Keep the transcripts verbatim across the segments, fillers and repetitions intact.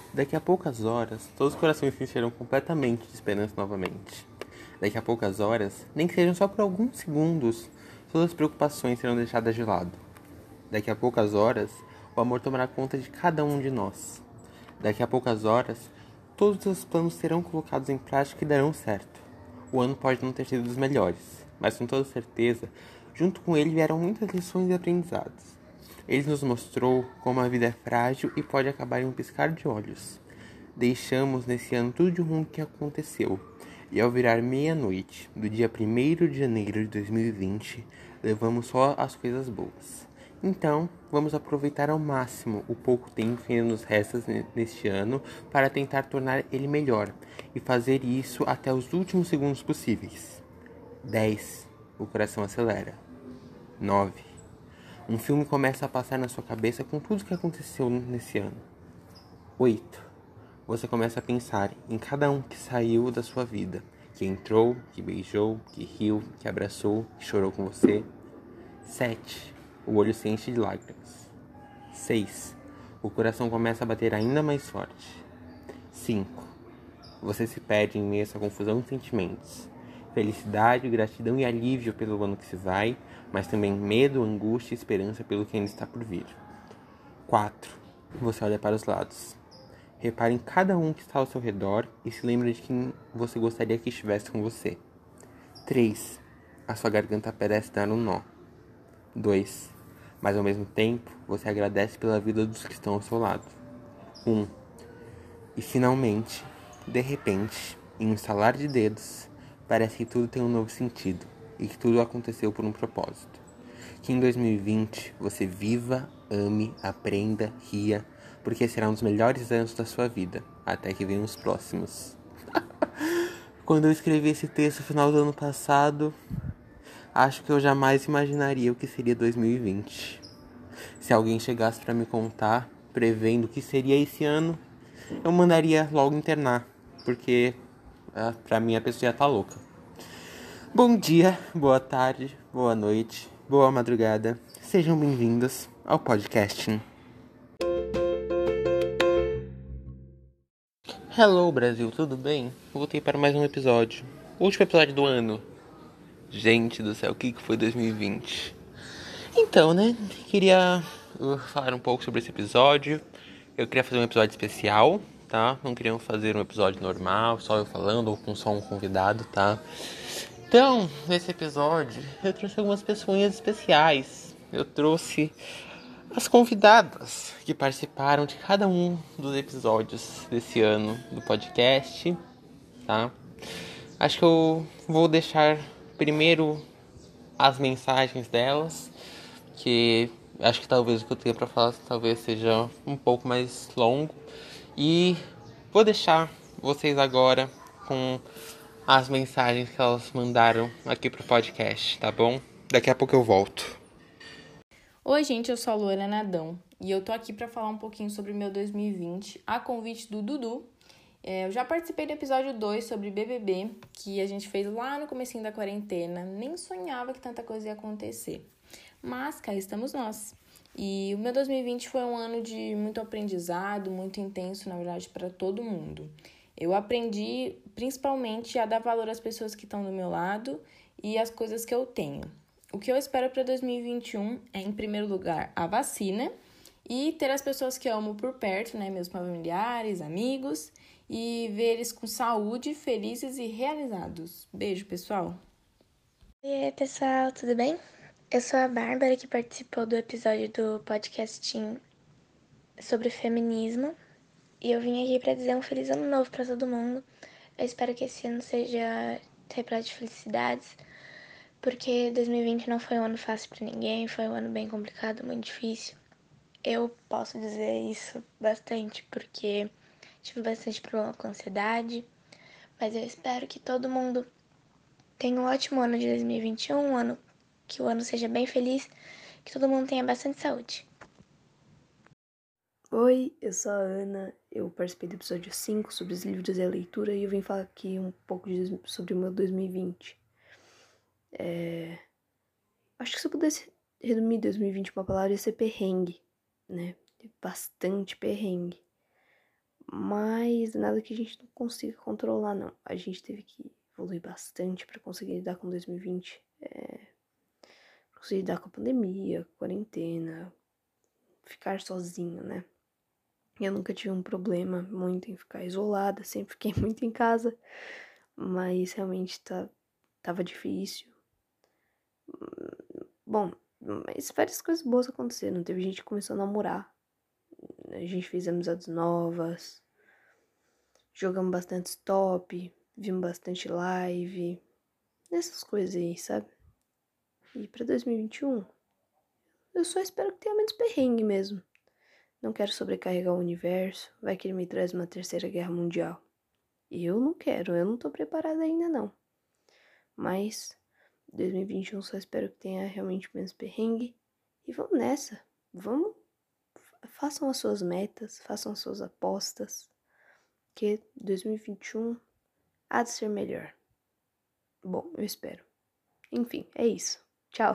Daqui a poucas horas, todos os corações se encherão completamente de esperança novamente. Daqui a poucas horas, nem que sejam só por alguns segundos, todas as preocupações serão deixadas de lado. Daqui a poucas horas, o amor tomará conta de cada um de nós. Daqui a poucas horas, todos os planos serão colocados em prática e darão certo. O ano pode não ter sido dos melhores, mas com toda certeza, junto com ele vieram muitas lições e aprendizados. Ele nos mostrou como a vida é frágil e pode acabar em um piscar de olhos. Deixamos nesse ano tudo de ruim que aconteceu, e ao virar meia-noite do dia primeiro de janeiro de dois mil e vinte, levamos só as coisas boas. Então, vamos aproveitar ao máximo o pouco tempo que ainda nos resta neste ano para tentar tornar ele melhor, e fazer isso até os últimos segundos possíveis. dez. O coração acelera. nove. Um filme começa a passar na sua cabeça com tudo o que aconteceu nesse ano. oito. Você começa a pensar em cada um que saiu da sua vida, que entrou, que beijou, que riu, que abraçou, que chorou com você. sete. O olho se enche de lágrimas. seis. O coração começa a bater ainda mais forte. cinco. Você se perde em meio a essa confusão de sentimentos. Felicidade, gratidão e alívio pelo ano que se vai, mas também medo, angústia e esperança pelo que ainda está por vir. quatro. Você olha para os lados. Repare em cada um que está ao seu redor e se lembre de quem você gostaria que estivesse com você. três. A sua garganta parece dar um nó. dois. Mas ao mesmo tempo, você agradece pela vida dos que estão ao seu lado. um. E finalmente, de repente, em um estalar de dedos, parece que tudo tem um novo sentido e que tudo aconteceu por um propósito. Que em dois mil e vinte você viva, ame, aprenda, ria, porque será um dos melhores anos da sua vida, até que venham os próximos. Quando eu escrevi esse texto no final do ano passado, acho que eu jamais imaginaria o que seria dois mil e vinte. Se alguém chegasse para me contar, prevendo o que seria esse ano, eu mandaria logo internar, porque ah, pra mim a pessoa já tá louca. Bom dia, boa tarde, boa noite, boa madrugada. Sejam bem-vindos ao podcasting. Hello, Brasil, tudo bem? Voltei para mais um episódio. O último episódio do ano. Gente do céu, o que foi dois mil e vinte? Então, né? Queria uh, falar um pouco sobre esse episódio. Eu queria fazer um episódio especial, tá? Não queria fazer um episódio normal, só eu falando ou com só um convidado, tá? Então, nesse episódio, eu trouxe algumas pessoas especiais. Eu trouxe as convidadas que participaram de cada um dos episódios desse ano do podcast, tá? Acho que eu vou deixar primeiro as mensagens delas, que acho que talvez o que eu tenha para falar talvez seja um pouco mais longo. E vou deixar vocês agora com as mensagens que elas mandaram aqui pro podcast, tá bom? Daqui a pouco eu volto. Oi, gente, eu sou a Luana Nadão e eu tô aqui para falar um pouquinho sobre o meu dois mil e vinte, a convite do Dudu. É, eu já participei do episódio dois sobre B B B, que a gente fez lá no comecinho da quarentena. Nem sonhava que tanta coisa ia acontecer. Mas cá estamos nós. E o meu dois mil e vinte foi um ano de muito aprendizado, muito intenso, na verdade, para todo mundo. Eu aprendi principalmente a dar valor às pessoas que estão do meu lado e às coisas que eu tenho. O que eu espero para dois mil e vinte e um é, em primeiro lugar, a vacina e ter as pessoas que eu amo por perto, né, meus familiares, amigos, e ver eles com saúde, felizes e realizados. Beijo, pessoal! E aí, pessoal, tudo bem? Eu sou a Bárbara, que participou do episódio do podcasting sobre feminismo, e eu vim aqui para dizer um feliz ano novo para todo mundo. Eu espero que esse ano seja repleto de felicidades, porque dois mil e vinte não foi um ano fácil para ninguém, foi um ano bem complicado, muito difícil. Eu posso dizer isso bastante, porque tive bastante problema com ansiedade, mas eu espero que todo mundo tenha um ótimo ano de dois mil e vinte e um, um ano que o ano seja bem feliz, que todo mundo tenha bastante saúde. Oi, eu sou a Ana, eu participei do episódio cinco sobre os livros e a leitura e eu vim falar aqui um pouco de, sobre o meu dois mil e vinte. É... Acho que se eu pudesse resumir dois mil e vinte em uma palavra ia ser perrengue, né? Bastante perrengue. mas nada que a gente não consiga controlar, não. A gente teve que evoluir bastante para conseguir lidar com dois mil e vinte. É, conseguir lidar com a pandemia, quarentena, ficar sozinho, né? Eu nunca tive um problema muito em ficar isolada, sempre fiquei muito em casa, mas realmente tá, tava difícil. Bom, mas várias coisas boas aconteceram. Teve gente que começou a namorar, a gente fez amizades novas, jogamos bastante stop, vimos bastante live, essas coisas aí, sabe? E pra dois mil e vinte e um, eu só espero que tenha menos perrengue mesmo. Não quero sobrecarregar o universo, vai que ele me traz uma terceira guerra mundial. E eu não quero, eu não tô preparada ainda não. Mas dois mil e vinte e um só espero que tenha realmente menos perrengue. E vamos nessa, vamos, façam as suas metas, façam as suas apostas. Que dois mil e vinte e um há de ser melhor. Bom, eu espero. Enfim, é isso. Tchau.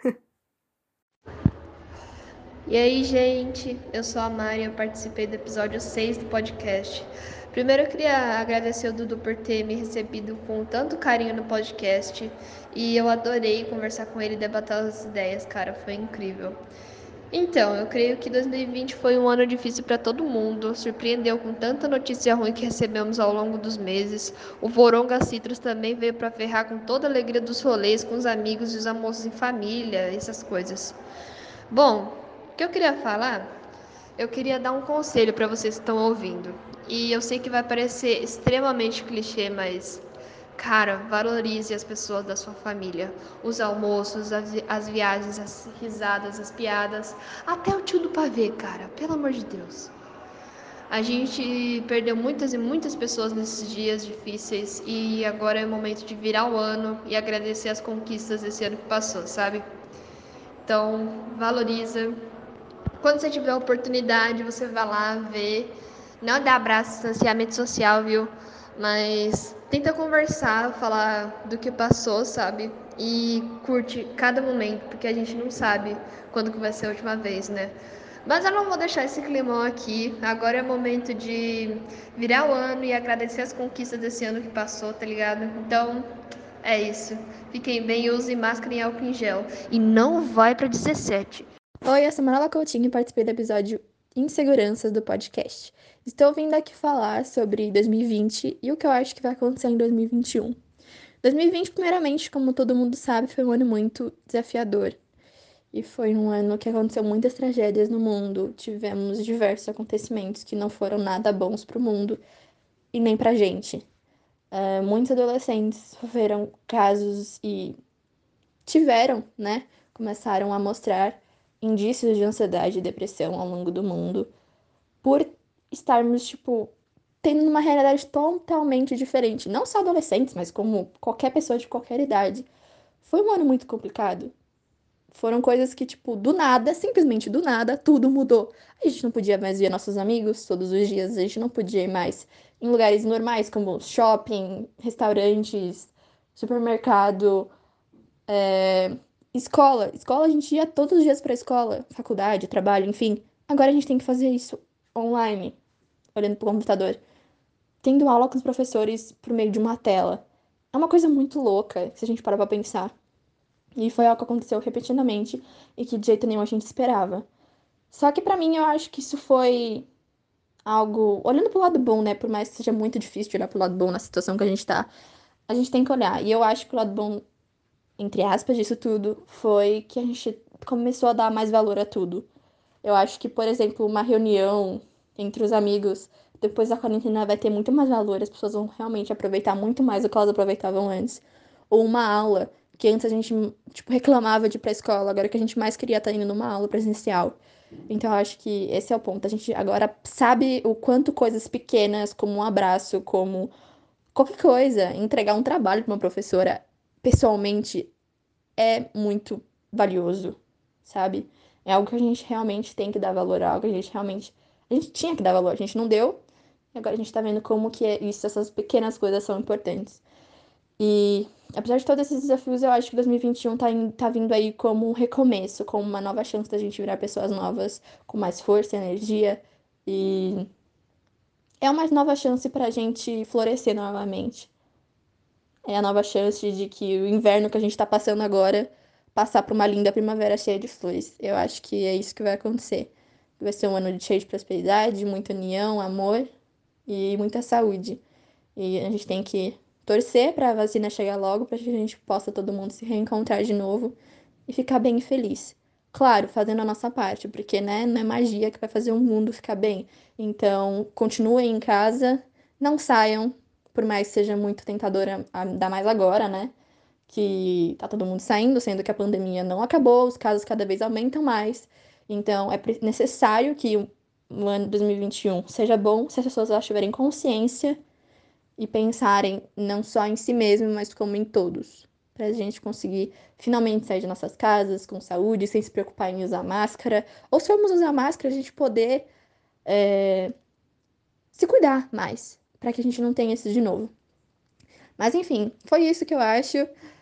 E aí, gente, eu sou a Mari, eu participei do episódio seis do podcast. Primeiro eu queria agradecer ao Dudu por ter me recebido com tanto carinho no podcast e eu adorei conversar com ele e debater as ideias, cara, foi incrível. Então, eu creio que dois mil e vinte foi um ano difícil para todo mundo, surpreendeu com tanta notícia ruim que recebemos ao longo dos meses. O Voronga Citrus também veio para ferrar com toda a alegria dos rolês, com os amigos e os almoços em família, essas coisas. Bom, o que eu queria falar, eu queria dar um conselho para vocês que estão ouvindo. E eu sei que vai parecer extremamente clichê, mas, cara, valorize as pessoas da sua família. Os almoços, as, vi- as viagens, as risadas, as piadas. Até o tio do pavê, cara, pelo amor de Deus. A gente perdeu muitas e muitas pessoas nesses dias difíceis e agora é o momento de virar o ano e agradecer as conquistas desse ano que passou, sabe? Então, valoriza, quando você tiver a oportunidade, você vai lá ver. Não dá abraço, distanciamento social, viu? Mas tenta conversar, falar do que passou, sabe? E curte cada momento, porque a gente não sabe quando que vai ser a última vez, né? Mas eu não vou deixar esse climão aqui. Agora é o momento de virar o ano e agradecer as conquistas desse ano que passou, tá ligado? Então, é isso. Fiquem bem, usem máscara e álcool em gel. E não vai pra dezessete. Oi, eu sou Manuela Coutinho e participei do episódio Inseguranças do podcast. Estou vindo aqui falar sobre dois mil e vinte e o que eu acho que vai acontecer em dois mil e vinte e um. dois mil e vinte, primeiramente, como todo mundo sabe, foi um ano muito desafiador. E foi um ano que aconteceu muitas tragédias no mundo. Tivemos diversos acontecimentos que não foram nada bons para o mundo e nem pra gente. Uh, muitos adolescentes sofreram casos e tiveram, né? Começaram a mostrar indícios de ansiedade e depressão ao longo do mundo por estarmos, tipo, tendo uma realidade totalmente diferente. Não só adolescentes, mas como qualquer pessoa de qualquer idade. Foi um ano muito complicado. Foram coisas que, tipo, do nada, simplesmente do nada, tudo mudou. A gente não podia mais ver nossos amigos todos os dias, a gente não podia ir mais em lugares normais, como shopping, restaurantes, supermercado, é, escola. Escola a gente ia todos os dias pra escola, faculdade, trabalho, enfim. Agora a gente tem que fazer isso online, olhando pro computador. Tendo aula com os professores por meio de uma tela. É uma coisa muito louca, se a gente parar pra pensar. E foi algo que aconteceu repetidamente e que de jeito nenhum a gente esperava. Só que pra mim eu acho que isso foi algo. Olhando pro lado bom, né? Por mais que seja muito difícil de olhar pro lado bom na situação que a gente tá, a gente tem que olhar. E eu acho que o lado bom, entre aspas, disso tudo, foi que a gente começou a dar mais valor a tudo. Eu acho que, por exemplo, uma reunião entre os amigos depois da quarentena vai ter muito mais valor, as pessoas vão realmente aproveitar muito mais do que elas aproveitavam antes. Ou uma aula, que antes a gente, tipo, reclamava de ir pra escola, agora que a gente mais queria estar indo numa aula presencial. Então, eu acho que esse é o ponto. A gente agora sabe o quanto coisas pequenas, como um abraço, como qualquer coisa, entregar um trabalho para uma professora pessoalmente é muito valioso, sabe? É algo que a gente realmente tem que dar valor, é algo que a gente realmente. A gente tinha que dar valor, a gente não deu, e agora a gente tá vendo como que é isso, essas pequenas coisas são importantes. E apesar de todos esses desafios, eu acho que dois mil e vinte e um tá, in- tá vindo aí como um recomeço, como uma nova chance da gente virar pessoas novas, com mais força, energia. E é uma nova chance pra gente florescer novamente. É a nova chance de que o inverno que a gente tá passando agora passar por uma linda primavera cheia de flores. Eu acho que é isso que vai acontecer. Vai ser um ano cheio de prosperidade, muita união, amor e muita saúde. E a gente tem que torcer para a vacina chegar logo, para que a gente possa todo mundo se reencontrar de novo e ficar bem e feliz. Claro, fazendo a nossa parte, porque né, não é magia que vai fazer o mundo ficar bem. Então, continuem em casa, não saiam, por mais que seja muito tentadora, ainda mais agora, né? Que tá todo mundo saindo, sendo que a pandemia não acabou, os casos cada vez aumentam mais. Então, é necessário que o ano dois mil e vinte e um seja bom se as pessoas elas tiverem consciência e pensarem não só em si mesmo, mas como em todos. Pra gente conseguir finalmente sair de nossas casas com saúde, sem se preocupar em usar máscara. Ou se formos usar máscara, a gente poder é, se cuidar mais, para que a gente não tenha isso de novo. Mas enfim, foi isso que eu acho.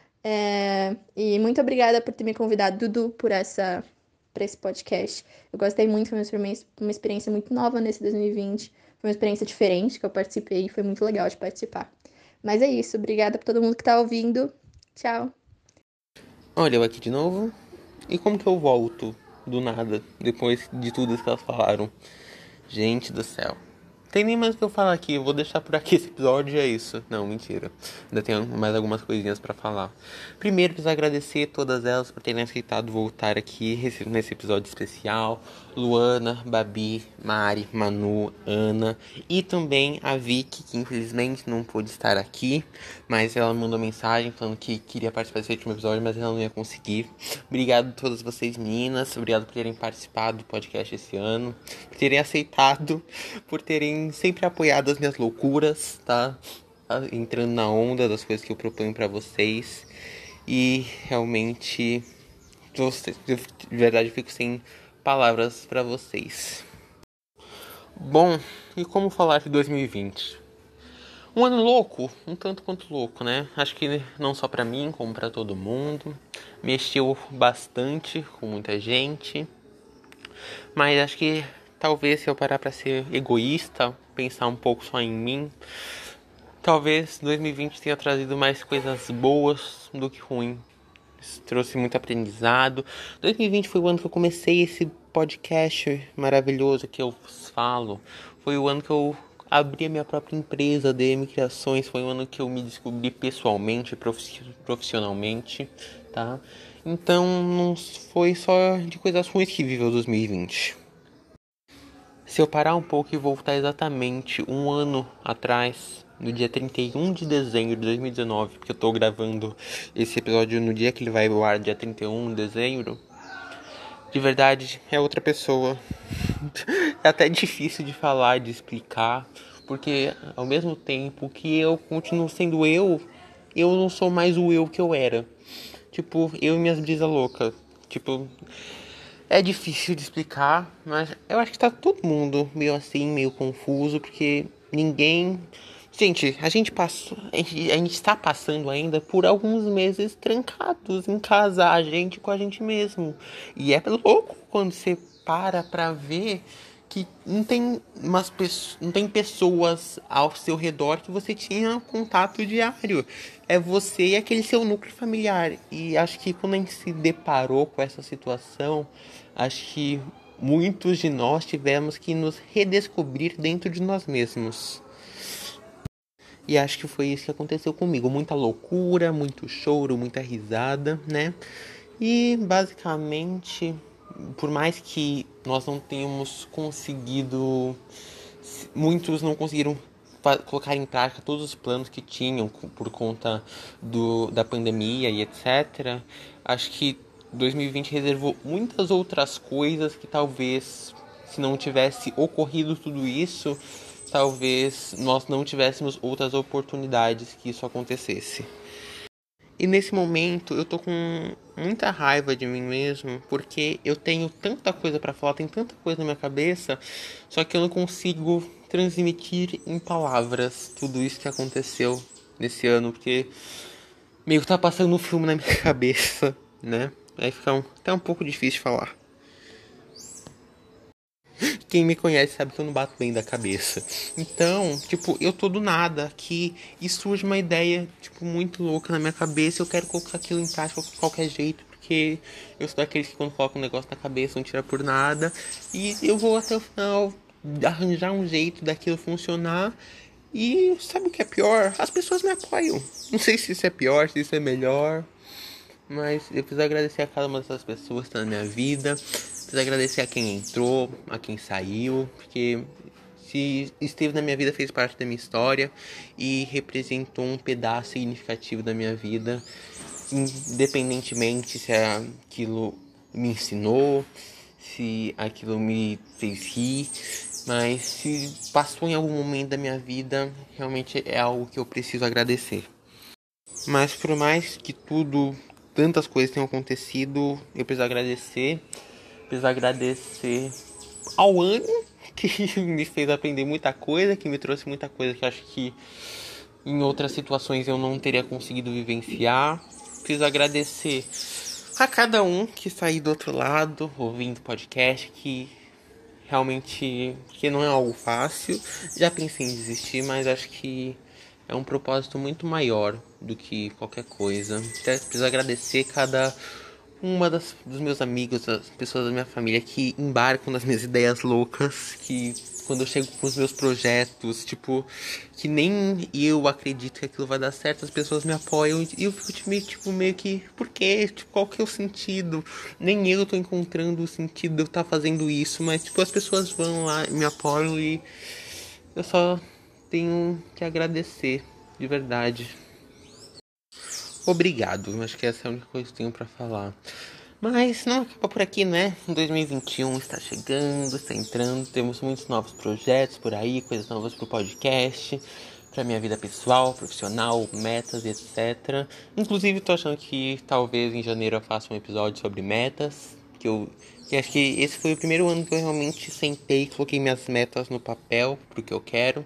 É, e muito obrigada por ter me convidado, Dudu, por essa para esse podcast. Eu gostei muito, foi uma experiência, uma experiência muito nova nesse dois mil e vinte. Foi uma experiência diferente que eu participei e foi muito legal de participar. Mas é isso, obrigada por todo mundo que tá ouvindo. Tchau. Olha, eu aqui de novo. E como que eu volto do nada, depois de tudo isso que elas falaram? Gente do céu. Tem nem mais o que eu falar aqui, eu vou deixar por aqui esse episódio e é isso. Não, mentira. Ainda tenho mais algumas coisinhas pra falar. Primeiro, preciso agradecer todas elas por terem aceitado voltar aqui nesse episódio especial. Luana, Babi, Mari, Manu, Ana e também a Vicky, que infelizmente não pôde estar aqui, mas ela mandou mensagem falando que queria participar desse último episódio, mas ela não ia conseguir. Obrigado a todas vocês, meninas. Obrigado por terem participado do podcast esse ano, por terem aceitado, por terem sempre apoiado as minhas loucuras, tá? Entrando na onda das coisas que eu proponho pra vocês. E realmente, de verdade, eu fico sem palavras pra vocês. Bom, e como falar de dois mil e vinte? Um ano louco, um tanto quanto louco, né? Acho que não só pra mim, como pra todo mundo. Mexeu bastante com muita gente. Mas acho que talvez se eu parar pra ser egoísta, pensar um pouco só em mim, talvez dois mil e vinte tenha trazido mais coisas boas do que ruim. Isso trouxe muito aprendizado. dois mil e vinte foi o ano que eu comecei esse podcast maravilhoso que eu falo. Foi o ano que eu abri a minha própria empresa, D M Criações. Foi o ano que eu me descobri pessoalmente, profissionalmente, tá? Então não foi só de coisas ruins que viveu dois mil e vinte. Se eu parar um pouco e voltar exatamente um ano atrás, no dia trinta e um de dezembro de dois mil e dezenove, porque eu tô gravando esse episódio no dia que ele vai ao ar, dia trinta e um de dezembro, de verdade é outra pessoa. É até difícil de falar, de explicar, porque ao mesmo tempo que eu continuo sendo eu, eu não sou mais o eu que eu era. Tipo, eu e minhas brisas loucas. Tipo, é difícil de explicar, mas eu acho que tá todo mundo meio assim, meio confuso, porque ninguém... Gente, a gente passou, a gente, a gente está passando ainda por alguns meses trancados em casa, a gente com a gente mesmo. E é louco quando você para pra ver que não tem, umas, não tem pessoas ao seu redor que você tinha contato diário. É você e aquele seu núcleo familiar. E acho que quando a gente se deparou com essa situação, acho que muitos de nós tivemos que nos redescobrir dentro de nós mesmos. E acho que foi isso que aconteceu comigo. Muita loucura, muito choro, muita risada, né? E basicamente, por mais que nós não tenhamos conseguido... Muitos não conseguiram colocar em prática todos os planos que tinham por conta do, da pandemia e etcétera. Acho que dois mil e vinte reservou muitas outras coisas que talvez, se não tivesse ocorrido tudo isso... talvez nós não tivéssemos outras oportunidades que isso acontecesse. E nesse momento eu tô com muita raiva de mim mesmo, porque eu tenho tanta coisa pra falar, tem tanta coisa na minha cabeça, só que eu não consigo transmitir em palavras tudo isso que aconteceu nesse ano, porque meio que tá passando um filme na minha cabeça, né? Aí fica um, até um pouco difícil de falar. quem me conhece sabe que eu não bato bem da cabeça. Então, tipo, eu tô do nada aqui e surge uma ideia, tipo, muito louca na minha cabeça. Eu quero colocar aquilo em prática de qualquer jeito, porque eu sou daqueles que quando coloca um negócio na cabeça não tira por nada. E eu vou até o final arranjar um jeito daquilo funcionar. E sabe o que é pior? As pessoas me apoiam. Não sei se isso é pior, se isso é melhor, mas eu preciso agradecer a cada uma dessas pessoas que estão na minha vida. Preciso agradecer a quem entrou, a quem saiu, porque se esteve na minha vida, fez parte da minha história e representou um pedaço significativo da minha vida, independentemente se aquilo me ensinou, se aquilo me fez rir. Mas se passou em algum momento da minha vida, realmente é algo que eu preciso agradecer. Mas por mais que tudo, tantas coisas tenham acontecido, eu preciso agradecer. Preciso agradecer ao ano que me fez aprender muita coisa, que me trouxe muita coisa que acho que em outras situações eu não teria conseguido vivenciar. Preciso agradecer a cada um que está aí do outro lado, ouvindo o podcast, que realmente que não é algo fácil. Já pensei em desistir, mas acho que é um propósito muito maior do que qualquer coisa. Até preciso agradecer cada uma das, dos meus amigos, as pessoas da minha família que embarcam nas minhas ideias loucas, que quando eu chego com os meus projetos, tipo, que nem eu acredito que aquilo vai dar certo, as pessoas me apoiam e eu fico meio, tipo, meio que, por quê? Tipo, qual que é o sentido? Nem eu tô encontrando o sentido de eu estar fazendo isso, mas, tipo, as pessoas vão lá e me apoiam e eu só tenho que agradecer, de verdade. Obrigado, acho que essa é a única coisa que eu tenho pra falar. Mas não acaba por aqui, né? dois mil e vinte e um está chegando, está entrando. Temos muitos novos projetos por aí, coisas novas pro podcast, pra minha vida pessoal, profissional, metas, etcétera. Inclusive, tô achando que talvez em janeiro eu faça um episódio sobre metas. Que eu que acho que esse foi o primeiro ano que eu realmente sentei e coloquei minhas metas no papel pro que eu quero.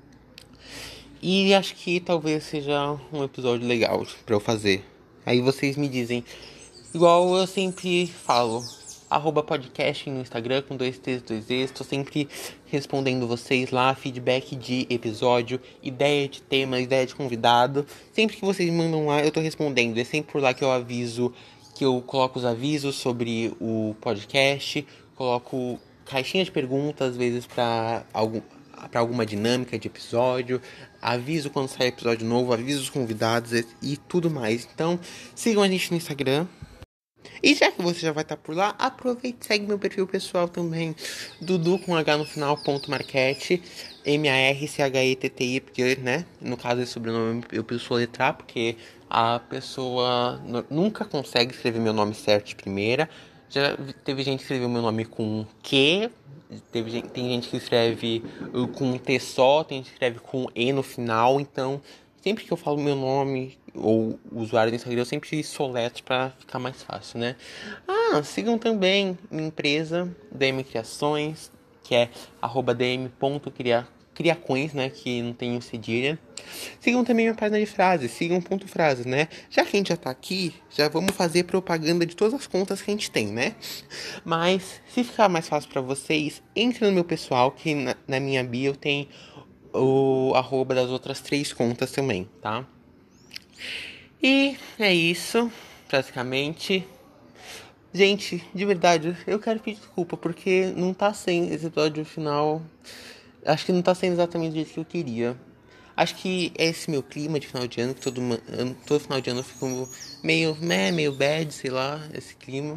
E acho que talvez seja um episódio legal pra eu fazer. Aí vocês me dizem. Igual eu sempre falo, arroba podcast no Instagram com dois T's e dois E's. Tô sempre respondendo vocês lá, feedback de episódio, ideia de tema, ideia de convidado. Sempre que vocês mandam lá, eu tô respondendo. É sempre por lá que eu aviso, que eu coloco os avisos sobre o podcast. Coloco caixinha de perguntas, às vezes, pra algum... para alguma dinâmica de episódio, aviso quando sai episódio novo, aviso os convidados e tudo mais. Então, sigam a gente no Instagram. E já que você já vai estar por lá, aproveite e segue meu perfil pessoal também, Dudu com H no final, ponto Marchetti, M A R C H E T T I, porque, né, no caso desse sobrenome eu preciso soletrar, porque a pessoa nunca consegue escrever meu nome certo de primeira. Já teve gente que escreveu meu nome com Q, teve gente, tem gente que escreve com um T só, tem gente que escreve com E no final, então sempre que eu falo meu nome ou usuário do Instagram, eu sempre soletro pra ficar mais fácil, né? Ah, sigam também minha empresa, D M Criações, que é arroba dm.criacões, né? Que não tem cedilha. Sigam também minha página de frases, sigam ponto frases, né? Já que a gente já tá aqui, já vamos fazer propaganda de todas as contas que a gente tem, né? Mas, se ficar mais fácil pra vocês, entre no meu pessoal, que na, na minha bio tem o arroba das outras três contas também, tá? E é isso, basicamente. Gente, de verdade, eu quero pedir desculpa, porque não tá sendo esse episódio final. Acho que não tá sendo exatamente do jeito que eu queria. Acho que é esse meu clima de final de ano, que todo, ano, todo final de ano eu fico meio, né, meio bad, sei lá, esse clima.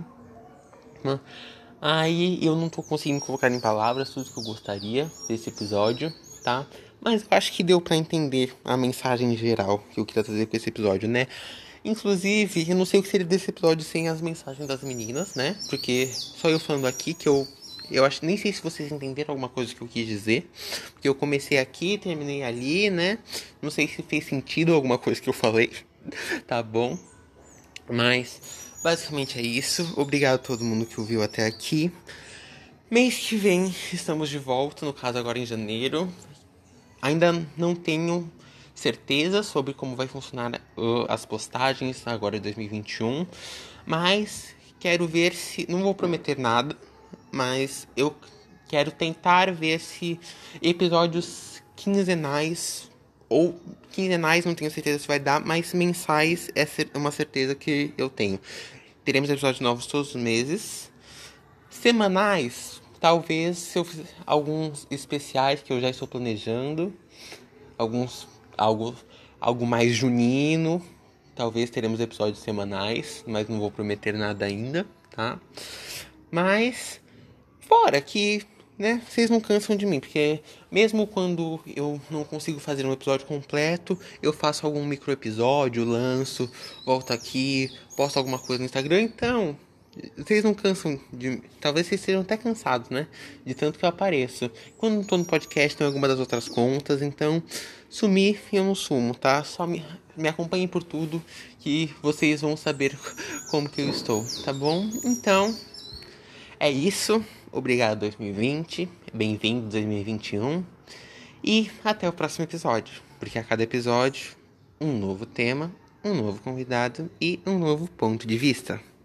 Aí eu não tô conseguindo colocar em palavras tudo que eu gostaria desse episódio, tá? Mas eu acho que deu pra entender a mensagem geral que eu queria trazer com esse episódio, né? Inclusive, eu não sei o que seria desse episódio sem as mensagens das meninas, né? Porque só eu falando aqui que eu... Eu acho, nem sei se vocês entenderam alguma coisa que eu quis dizer. Porque eu comecei aqui, terminei ali, né? Não sei se fez sentido alguma coisa que eu falei. Tá bom? Mas, basicamente é isso. Obrigado a todo mundo que ouviu até aqui. Mês que vem estamos de volta, no caso agora em janeiro. Ainda não tenho certeza sobre como vai funcionar uh, as postagens agora em dois mil e vinte e um. Mas quero ver se... Não vou prometer nada, mas eu quero tentar ver se episódios quinzenais, ou quinzenais, não tenho certeza se vai dar, mas mensais é uma certeza que eu tenho. Teremos episódios novos todos os meses. Semanais, talvez se eu fizer alguns especiais que eu já estou planejando, alguns algo, algo mais junino, talvez teremos episódios semanais, mas não vou prometer nada ainda, tá? Mas fora que, né, vocês não cansam de mim, porque mesmo quando eu não consigo fazer um episódio completo, eu faço algum micro episódio, lanço, volto aqui, posto alguma coisa no Instagram, então vocês não cansam de... Talvez vocês sejam até cansados, né? De tanto que eu apareço. Quando não tô no podcast, tem alguma das outras contas. Então, sumir eu não sumo, tá? Só me, me acompanhem por tudo, que vocês vão saber como que eu estou, tá bom? Então, é isso. Obrigado, dois mil e vinte. Bem-vindo, dois mil e vinte e um. E até o próximo episódio. Porque a cada episódio, um novo tema, um novo convidado e um novo ponto de vista.